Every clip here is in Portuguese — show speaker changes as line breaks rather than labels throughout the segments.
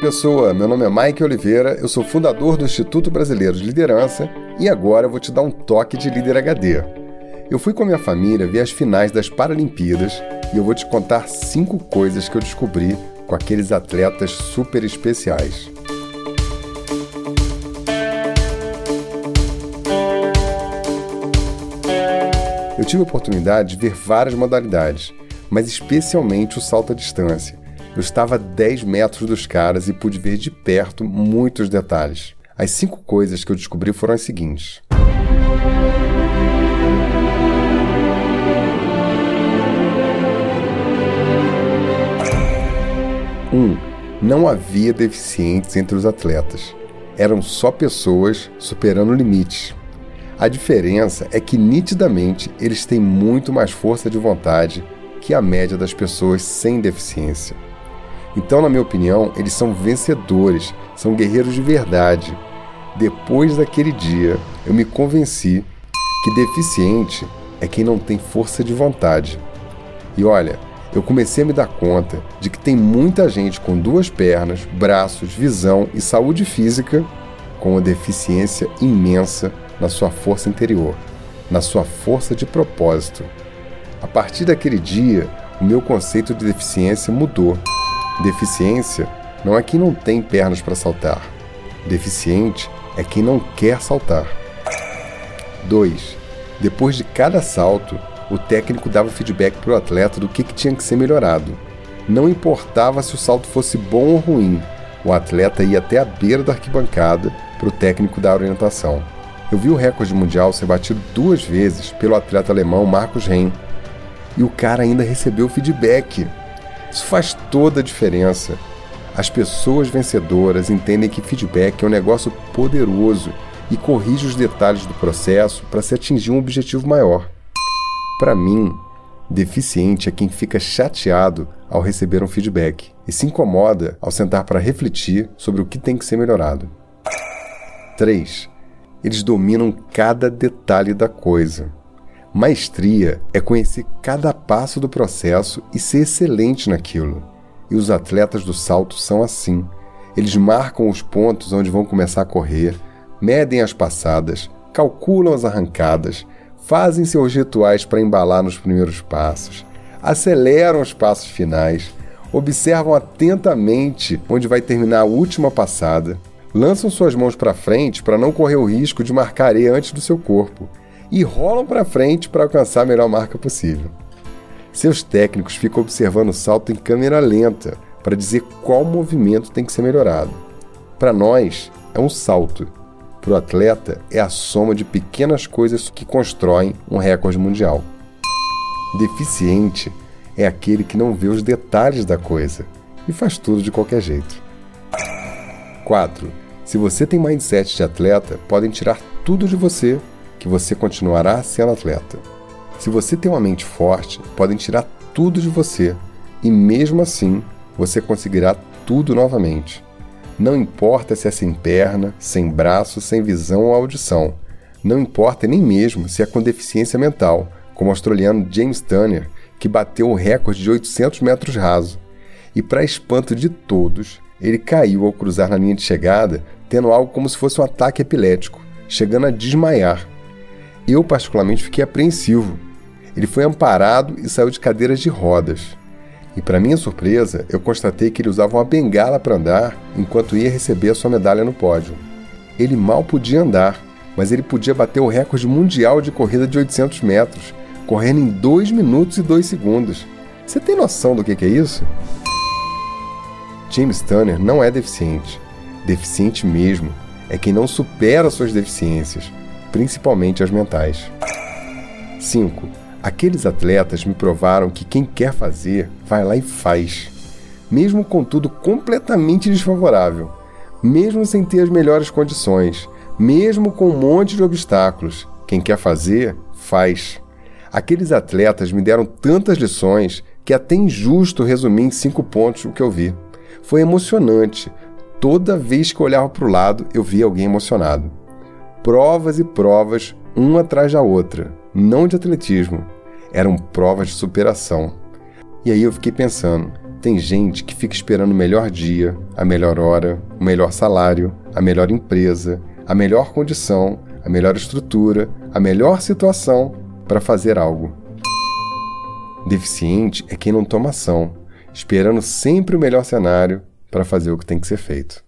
pessoa, meu nome é Mike Oliveira, eu sou fundador do Instituto Brasileiro de Liderança e agora eu vou te dar um toque de líder HD. Eu fui com a minha família ver as finais das Paralimpíadas e eu vou te contar 5 coisas que eu descobri com aqueles atletas super especiais. Eu tive a oportunidade de ver várias modalidades, mas especialmente o salto à distância. Eu estava a 10 metros dos caras e pude ver de perto muitos detalhes. As 5 coisas que eu descobri foram as seguintes. 1. Não havia deficientes entre os atletas. Eram só pessoas superando limites. A diferença é que, nitidamente, eles têm muito mais força de vontade que a média das pessoas sem deficiência. Então, na minha opinião, eles são vencedores, são guerreiros de verdade. Depois daquele dia, eu me convenci que deficiente é quem não tem força de vontade. E olha, eu comecei a me dar conta de que tem muita gente com 2 pernas, braços, visão e saúde física com uma deficiência imensa na sua força interior, na sua força de propósito. A partir daquele dia, o meu conceito de deficiência mudou. Deficiência não é quem não tem pernas para saltar. Deficiente é quem não quer saltar. 2. Depois de cada salto, o técnico dava feedback para o atleta do que tinha que ser melhorado. Não importava se o salto fosse bom ou ruim, o atleta ia até a beira da arquibancada para o técnico dar orientação. Eu vi o recorde mundial ser batido 2 vezes pelo atleta alemão Markus Rehn. E o cara ainda recebeu feedback. Isso faz toda a diferença. As pessoas vencedoras entendem que feedback é um negócio poderoso e corrige os detalhes do processo para se atingir um objetivo maior. Para mim, deficiente é quem fica chateado ao receber um feedback e se incomoda ao sentar para refletir sobre o que tem que ser melhorado. 3. Eles dominam cada detalhe da coisa. Maestria é conhecer cada passo do processo e ser excelente naquilo. E os atletas do salto são assim. Eles marcam os pontos onde vão começar a correr, medem as passadas, calculam as arrancadas, fazem seus rituais para embalar nos primeiros passos, aceleram os passos finais, observam atentamente onde vai terminar a última passada, lançam suas mãos para frente para não correr o risco de marcar areia antes do seu corpo e rolam para frente para alcançar a melhor marca possível. Seus técnicos ficam observando o salto em câmera lenta para dizer qual movimento tem que ser melhorado. Para nós, é um salto. Para o atleta, é a soma de pequenas coisas que constroem um recorde mundial. Deficiente é aquele que não vê os detalhes da coisa e faz tudo de qualquer jeito. 4. Se você tem mindset de atleta, podem tirar tudo de você, que você continuará sendo atleta. Se você tem uma mente forte, podem tirar tudo de você, e mesmo assim, você conseguirá tudo novamente. Não importa se é sem perna, sem braço, sem visão ou audição. Não importa nem mesmo se é com deficiência mental, como o australiano James Turner, que bateu o recorde de 800 metros raso. E para espanto de todos, ele caiu ao cruzar na linha de chegada, tendo algo como se fosse um ataque epilético, chegando a desmaiar. Eu particularmente fiquei apreensivo. Ele foi amparado e saiu de cadeiras de rodas. E para minha surpresa, eu constatei que ele usava uma bengala para andar enquanto ia receber a sua medalha no pódio. Ele mal podia andar, mas ele podia bater o recorde mundial de corrida de 800 metros, correndo em 2 minutos e 2 segundos. Você tem noção do que é isso? James Turner não é deficiente. Deficiente mesmo é quem não supera suas deficiências, principalmente as mentais. 5. Aqueles atletas me provaram que quem quer fazer, vai lá e faz. Mesmo com tudo completamente desfavorável, mesmo sem ter as melhores condições, mesmo com um monte de obstáculos, quem quer fazer, faz. Aqueles atletas me deram tantas lições que é até injusto resumir em 5 pontos o que eu vi. Foi emocionante. Toda vez que eu olhava para o lado, eu via alguém emocionado. Provas e provas, uma atrás da outra, não de atletismo. Eram provas de superação. E aí eu fiquei pensando, Tem gente que fica esperando o melhor dia, a melhor hora, o melhor salário, a melhor empresa, a melhor condição, a melhor estrutura, a melhor situação para fazer algo. Deficiente é quem não toma ação, esperando sempre o melhor cenário para fazer o que tem que ser feito.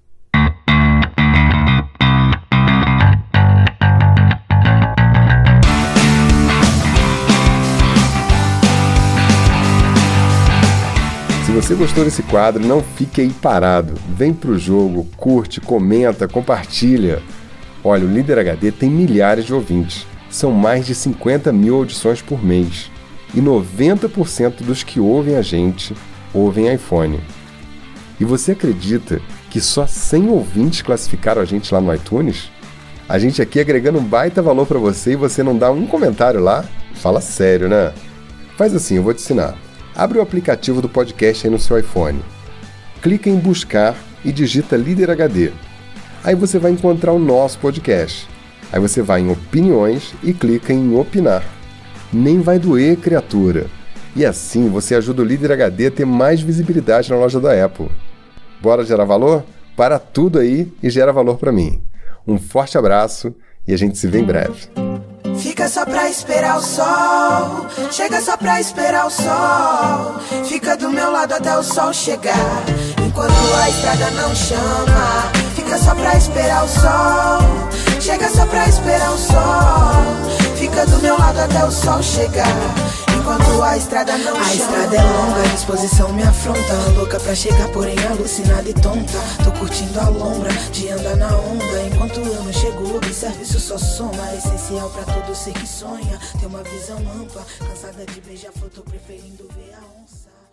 Se você gostou desse quadro, não fique aí parado. Vem pro jogo, curte, comenta, compartilha. Olha, o Líder HD tem milhares de ouvintes. São mais de 50 mil audições por mês. E 90% dos que ouvem a gente, ouvem iPhone. E você acredita que só 100 ouvintes classificaram a gente lá no iTunes? A gente aqui agregando um baita valor para você e você não dá um comentário lá? Fala sério, né? Faz assim, eu vou te ensinar. Abre o aplicativo do podcast aí no seu iPhone. Clica em buscar e digita Líder HD. Aí você vai encontrar o nosso podcast. Aí você vai em opiniões e clica em opinar. Nem vai doer, criatura. E assim você ajuda o Líder HD a ter mais visibilidade na loja da Apple. Bora gerar valor? Para tudo aí e gera valor para mim. Um forte abraço e a gente se vê em breve.
Fica só pra esperar o sol, chega só pra esperar o sol. Fica do meu lado até o sol chegar, enquanto a estrada não chama. Fica só pra esperar o sol, chega só pra esperar o sol. Fica do meu lado até o sol chegar, enquanto a estrada não chama. A estrada é longa, a disposição me afronta. Louca pra chegar, porém alucinada e tonta. Tô curtindo a lombra de andar na onda. Enquanto eu não chego, observe isso só soma. É essencial pra todo ser que sonha ter uma visão ampla. Cansada de beija-flor, tô preferindo ver a onça.